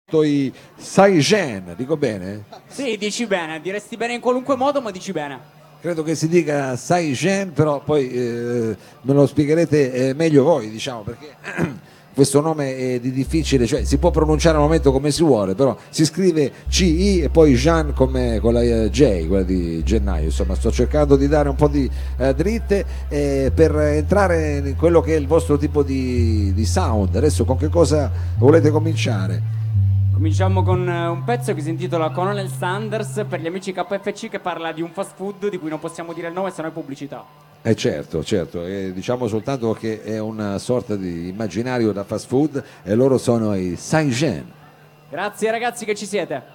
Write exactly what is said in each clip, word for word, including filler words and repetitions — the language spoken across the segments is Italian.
i Sai-Gen, dico bene? Sì, dici bene, diresti bene in qualunque modo, ma dici bene. Credo che si dica Sai-Gen, però poi eh, me lo spiegherete eh, meglio voi, diciamo, perché questo nome è di difficile, cioè si può pronunciare al momento come si vuole, però si scrive C I e poi Jean come con la eh, J, quella di gennaio. Insomma, sto cercando di dare un po' di eh, dritte eh, per entrare in quello che è il vostro tipo di, di sound. Adesso con che cosa volete cominciare? Cominciamo con eh, un pezzo che si intitola Colonel Sanders per gli amici K F C, che parla di un fast food di cui non possiamo dire il nome, se no è pubblicità. Eh certo, certo, eh, diciamo soltanto che è una sorta di immaginario da fast food e loro sono i Sai-Gen. Grazie ragazzi che ci siete.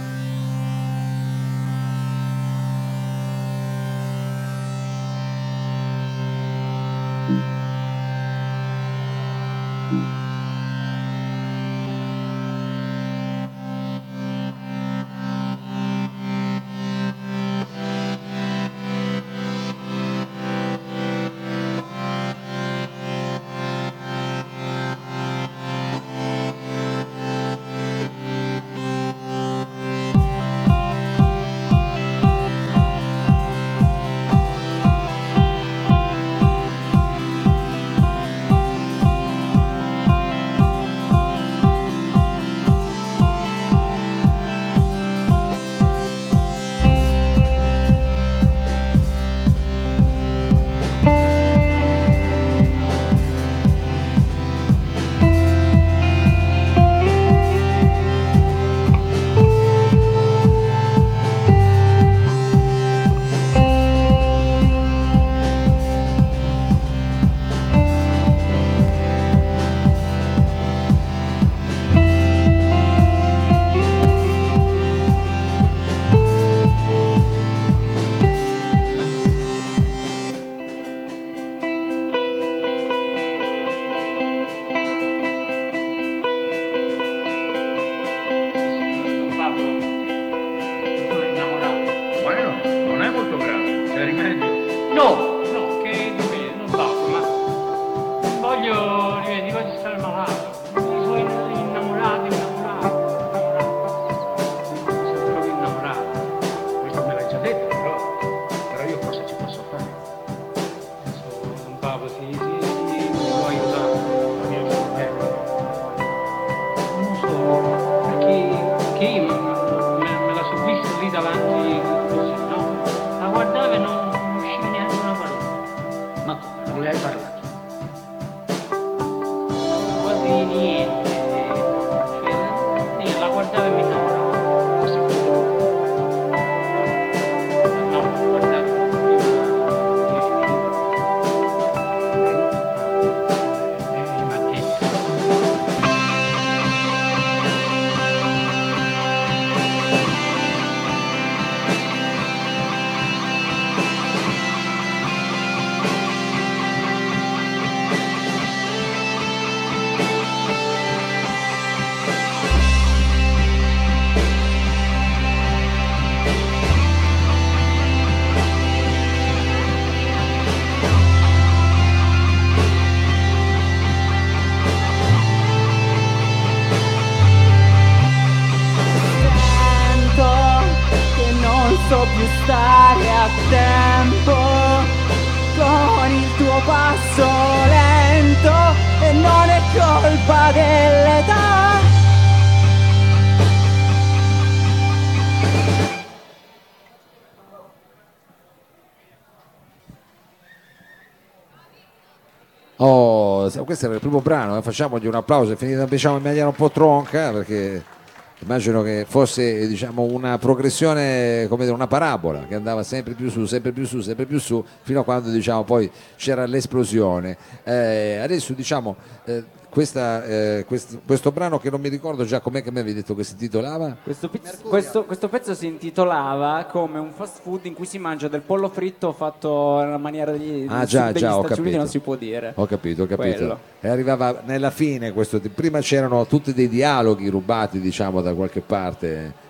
Questo era il primo brano, eh? Facciamogli un applauso, è finita diciamo, in maniera un po' tronca perché immagino che fosse diciamo, una progressione come dire, una parabola che andava sempre più su, sempre più su, sempre più su fino a quando diciamo, poi c'era l'esplosione. Eh, adesso diciamo eh, questa, eh, questo, questo brano che non mi ricordo già com'è che mi avevi detto che si intitolava? Questo, pezzo, questo, questo pezzo si intitolava come un fast food in cui si mangia del pollo fritto fatto alla maniera degli, ah, già, degli già, Stati Uniti, non si può dire. Ho capito, ho capito. Quello. E arrivava nella fine questo, prima c'erano tutti dei dialoghi rubati diciamo da qualche parte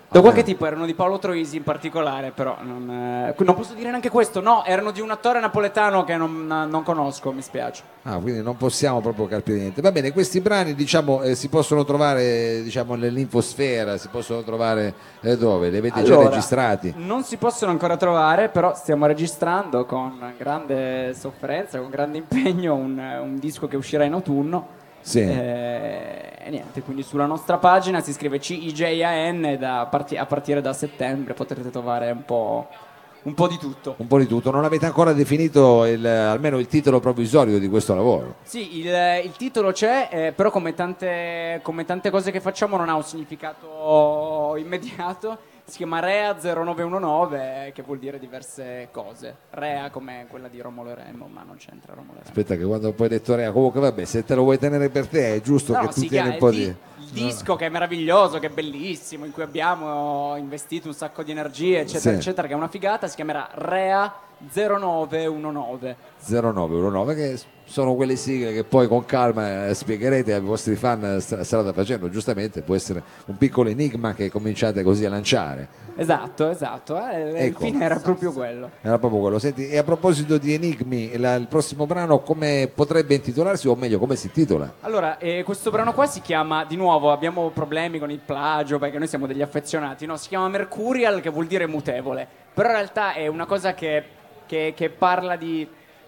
Da qualche tipo erano di Paolo Troisi in particolare, però non, eh, non posso dire neanche questo. No, erano di un attore napoletano che non, non conosco, mi spiace. Ah, quindi non possiamo proprio capire niente. Va bene, questi brani diciamo eh, si possono trovare diciamo nell'infosfera, si possono trovare eh, dove? Li avete Allora, già registrati? Non si possono ancora trovare, però stiamo registrando con grande sofferenza, con grande impegno un, un disco che uscirà in autunno. Sì. Eh, e niente, quindi sulla nostra pagina si scrive C I J A N, da parti- a partire da settembre potrete trovare un po', un po' di tutto. Un po' di tutto. Non avete ancora definito il, almeno il titolo provvisorio di questo lavoro? Sì, il, il titolo c'è, eh, però come tante, come tante cose che facciamo non ha un significato immediato. Si chiama Rea zero nove uno nove, che vuol dire diverse cose. Rea come quella di Romolo e Remo, ma non c'entra Romolo e Remo. Aspetta che quando poi hai detto Rea, comunque vabbè, se te lo vuoi tenere per te è giusto No, che tu si tieni chiama un po' il, di... di- il disco che è meraviglioso, che è bellissimo, in cui abbiamo investito un sacco di energie, eccetera, Sì. eccetera, che è una figata, si chiamerà Rea zero nove uno nove. zero nove uno nove, che sono quelle sigle che poi con calma eh, spiegherete ai vostri fan eh, st- strada facendo. Giustamente può essere un piccolo enigma che cominciate così a lanciare. Esatto, esatto, eh, Ecco. il fine era proprio quello. Era proprio quello. Senti, e a proposito di enigmi, la- il prossimo brano come potrebbe intitolarsi, o meglio come si intitola? Allora, eh, questo brano qua si chiama, di nuovo, abbiamo problemi con il plagio perché noi siamo degli affezionati, no? Si chiama Mercurial, che vuol dire mutevole, però in realtà è una cosa che, che- che parla di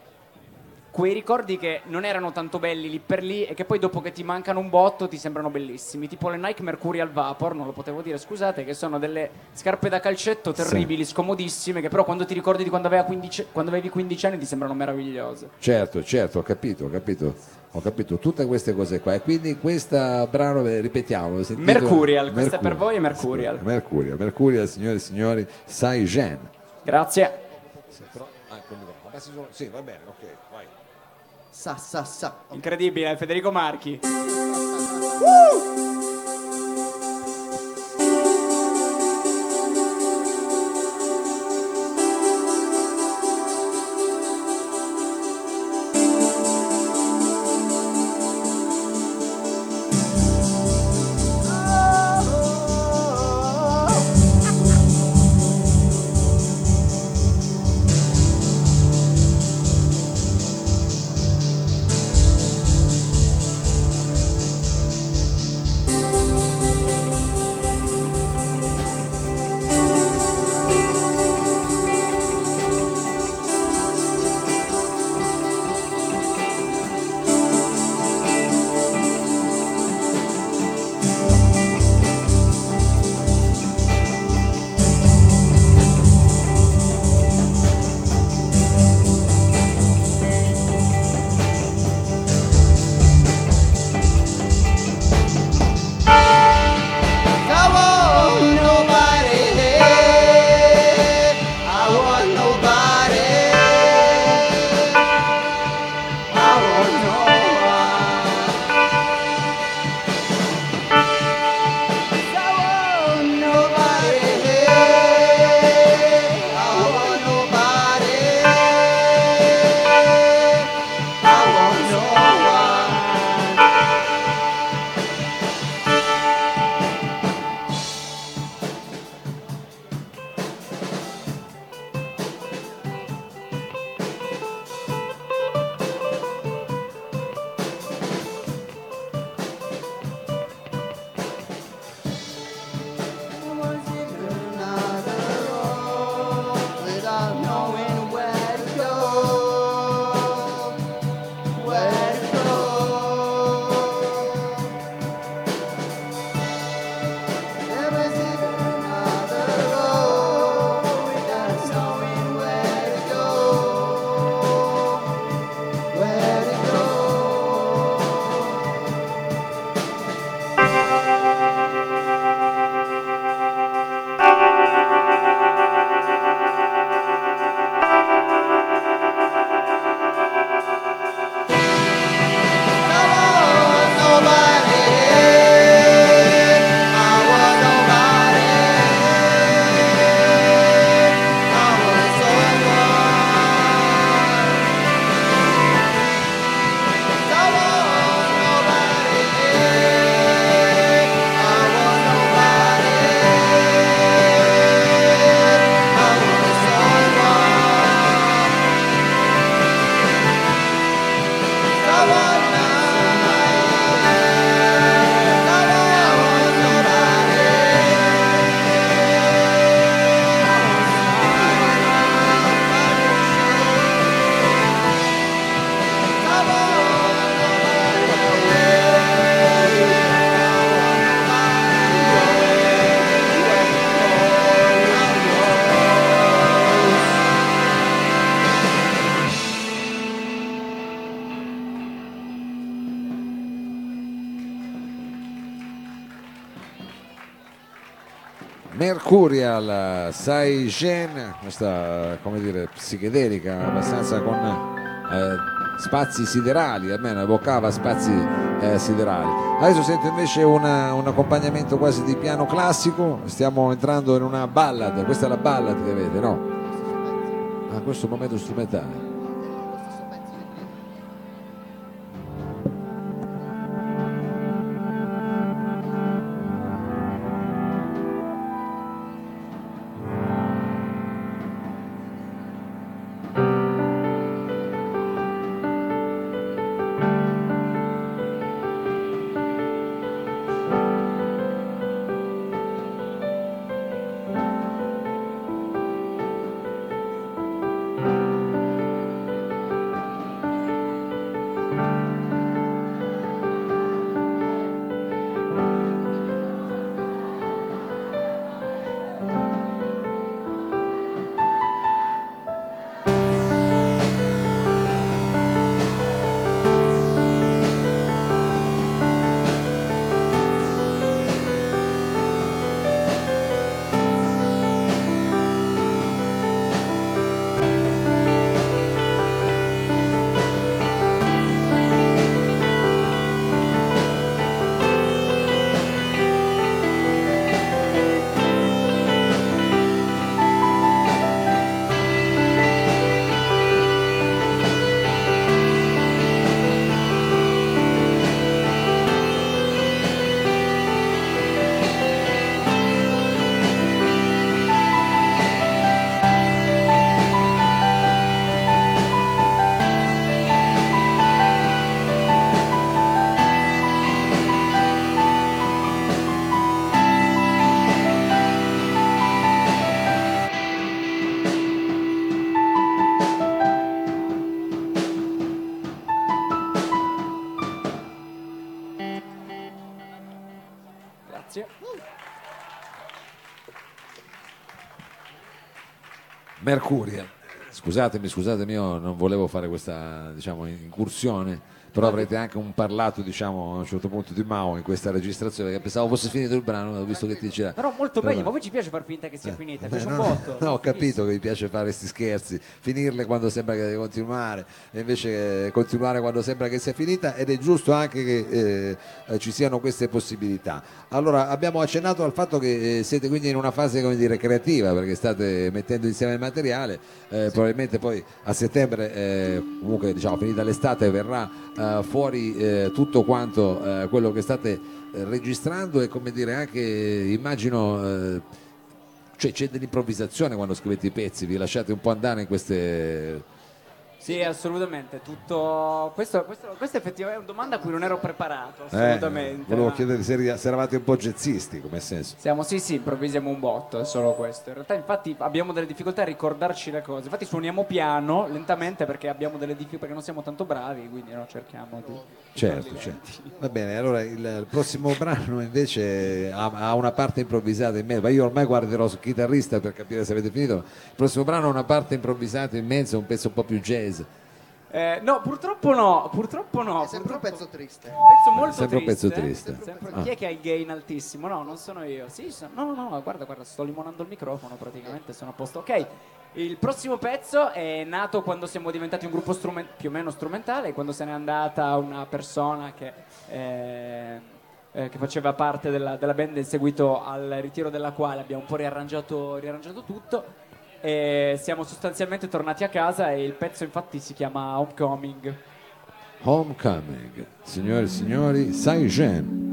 quei ricordi che non erano tanto belli lì per lì e che poi dopo che ti mancano un botto ti sembrano bellissimi, tipo le Nike Mercurial Vapor, non lo potevo dire, scusate, che sono delle scarpe da calcetto terribili, scomodissime, che però quando ti ricordi di quando, aveva quindici, quando avevi quindici anni ti sembrano meravigliose. Certo, certo, ho capito, ho capito, ho capito tutte queste cose qua. E quindi questo brano, eh, ripetiamo, si intitola- Mercurial, questa è per voi, Mercurial. Mercurial, Mercurial, signore e signori, Sai Gen. Grazie. Sì, però, ah, col microfono. Abbassi solo- sì, va bene, ok, vai. Sa, sa, sa. Incredibile, Federico Marchi. Sa, Mercurial Sai Gen, questa come dire psichedelica abbastanza con eh, spazi siderali, almeno evocava spazi eh, siderali. Adesso sento invece una, un accompagnamento quasi di piano classico, stiamo entrando in una ballad, questa è la ballad che avete, no? Ah, questo è un momento strumentale. Mercuria, scusatemi, scusatemi, io non volevo fare questa diciamo, incursione, però avrete anche un parlato diciamo, a un certo punto di Mao in questa registrazione, che pensavo fosse finito il brano, ho visto che ti c'era. Però molto Però bene, no. ma voi ci piace far finta che sia Eh, finita, eh, piace un no, botto. no, ho capito che vi piace fare questi scherzi, finirle quando sembra che deve continuare e invece eh, continuare quando sembra che sia finita, ed è giusto anche che eh, eh, ci siano queste possibilità. Allora abbiamo accennato al fatto che eh, siete quindi in una fase come dire creativa, perché state mettendo insieme il materiale, eh, probabilmente poi a settembre eh, comunque diciamo finita l'estate verrà eh, fuori eh, tutto quanto eh, quello che state eh, registrando, e come dire anche immagino eh, cioè c'è dell'improvvisazione quando scrivete i pezzi, vi lasciate un po' andare in queste. Sì, assolutamente. Tutto questo, questo, questa effettivamente è una domanda a cui non ero preparato, assolutamente. Eh, volevo ma- chiedere se, eri- se eravate un po' jazzisti, come senso. Siamo, sì, sì, improvvisiamo un botto, è solo questo. In realtà, infatti, abbiamo delle difficoltà a ricordarci le cose. Infatti, suoniamo piano, lentamente, perché abbiamo delle difficoltà, perché non siamo tanto bravi, quindi no, cerchiamo di. Certo, certo. Va bene, allora il, il prossimo brano invece ha, ha una parte improvvisata in mezzo, ma io ormai guarderò sul chitarrista per capire se avete finito. Il prossimo brano ha una parte improvvisata in mezzo, un pezzo un po' più jazz. Eh, no, purtroppo no, purtroppo no. È sempre un purtroppo- pezzo triste. Un pezzo molto Sempre un triste. pezzo triste. Sempre- Ah. Chi è che ha il gain altissimo? No, non sono io. Sì, so- no, no, no, guarda, guarda, sto limonando il microfono praticamente, sono a posto. Ok, il prossimo pezzo è nato quando siamo diventati un gruppo strumen- più o meno strumentale, quando se n'è andata una persona che, eh, eh, che faceva parte della, della band, in seguito al ritiro della quale abbiamo un po' riarrangiato, riarrangiato tutto. E siamo sostanzialmente tornati a casa e il pezzo infatti si chiama Homecoming. Homecoming, signore e signori, Sai Gen.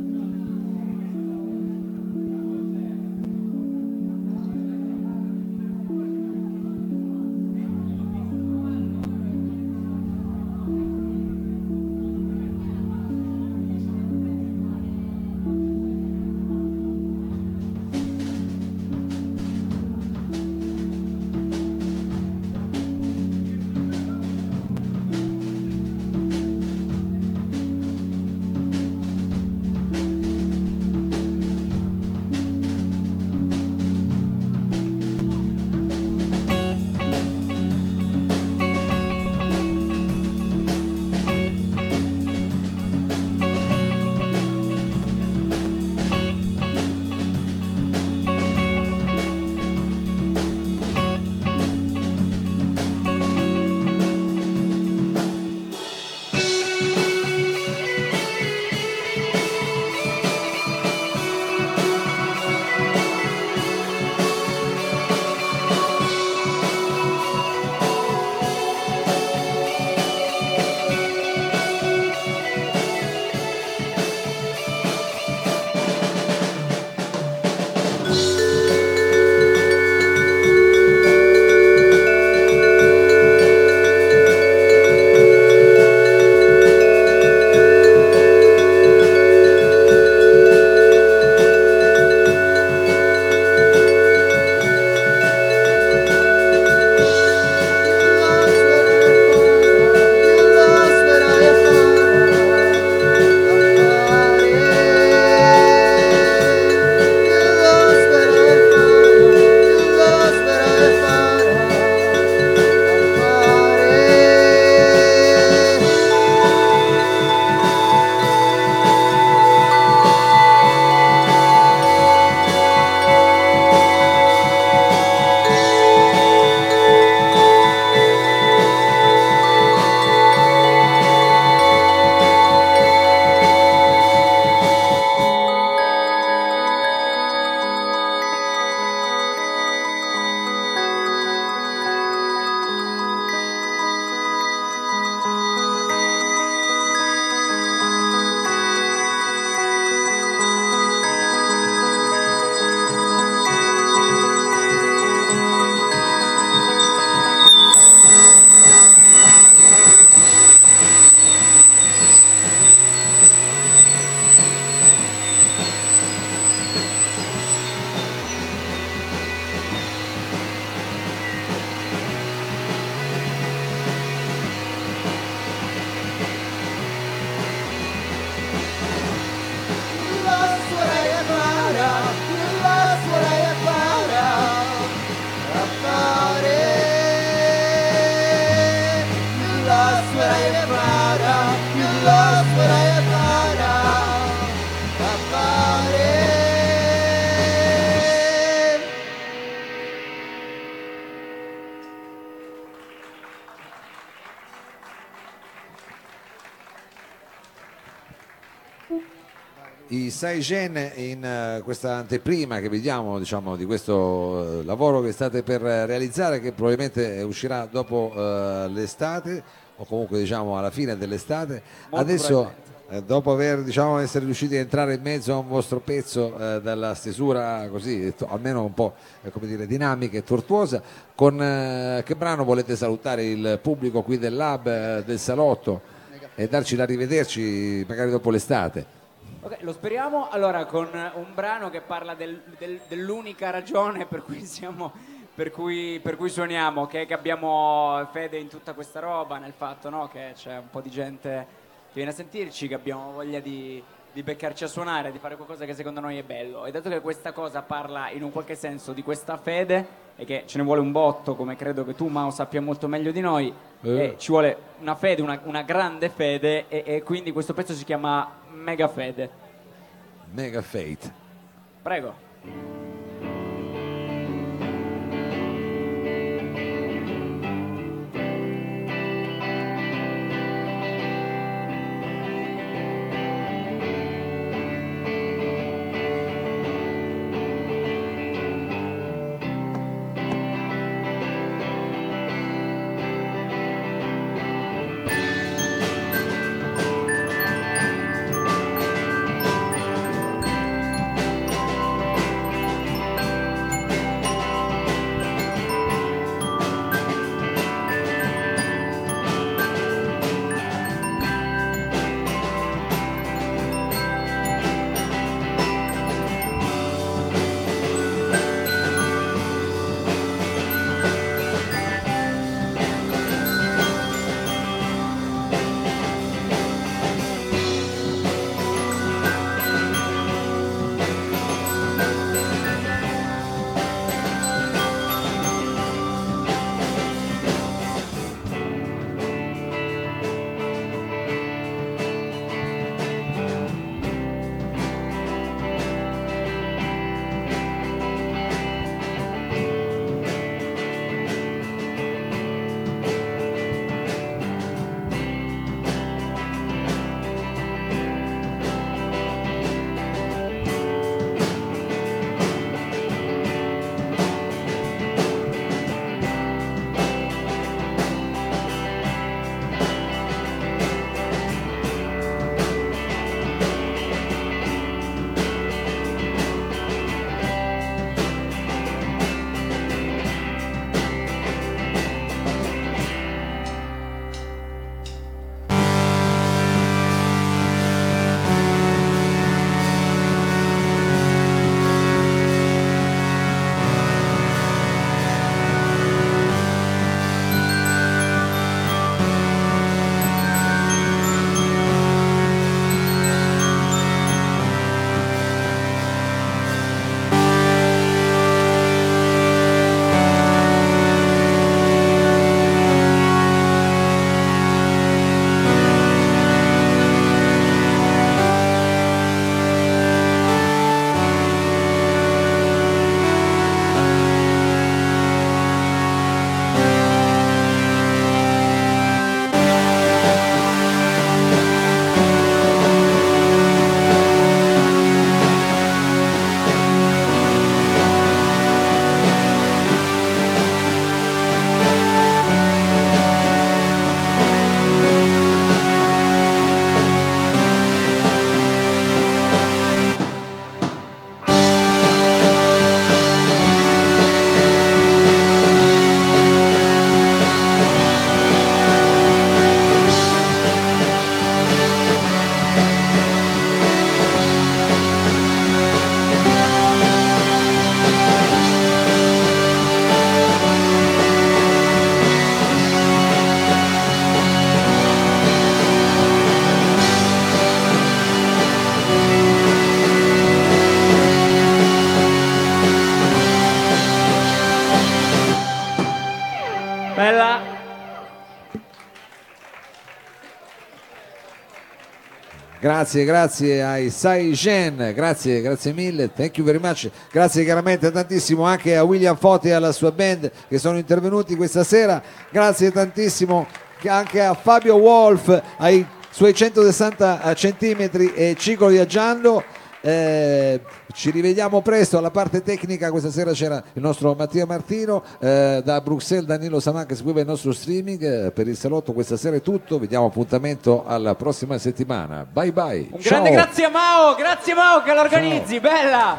i Saigen in uh, questa anteprima che vediamo, diciamo, di questo uh, lavoro che state per realizzare, che probabilmente uscirà dopo uh, l'estate o comunque diciamo alla fine dell'estate. Molto Adesso eh, dopo aver, diciamo, essere riusciti a entrare in mezzo a un vostro pezzo eh, dalla stesura così to- almeno un po' eh, come dire dinamica e tortuosa, con eh, che brano volete salutare il pubblico qui del Lab, eh, del salotto, e darci l'arrivederci magari dopo l'estate? Ok, lo speriamo. Allora, con un brano che parla del- del- dell'unica ragione per cui siamo, per cui, per cui suoniamo, che, è che abbiamo fede in tutta questa roba, nel fatto, no, che c'è un po' di gente che viene a sentirci, che abbiamo voglia di, di beccarci a suonare, di fare qualcosa che secondo noi è bello. E dato che questa cosa parla in un qualche senso di questa fede, e che ce ne vuole un botto, come credo che tu, Mao, sappia molto meglio di noi, Eh. e ci vuole una fede, una, una grande fede, e, e quindi questo pezzo si chiama Mega Fede. Mega Fate. Prego. Bella. Grazie, grazie ai Saigen, grazie, grazie mille, thank you very much. Grazie chiaramente tantissimo anche a William Foti e alla sua band che sono intervenuti questa sera. Grazie tantissimo anche a Fabio Wolf, ai suoi centosessanta centimetri e ciclo viaggiando. Eh, ci rivediamo presto. Alla parte tecnica questa sera c'era il nostro Mattia Martino, eh, da Bruxelles Danilo Saman che seguiva il nostro streaming. Eh, per il salotto questa sera è tutto, vediamo appuntamento alla prossima settimana. Bye bye. Un Ciao. grande grazie a Mao, grazie Mao che lo organizzi, bella!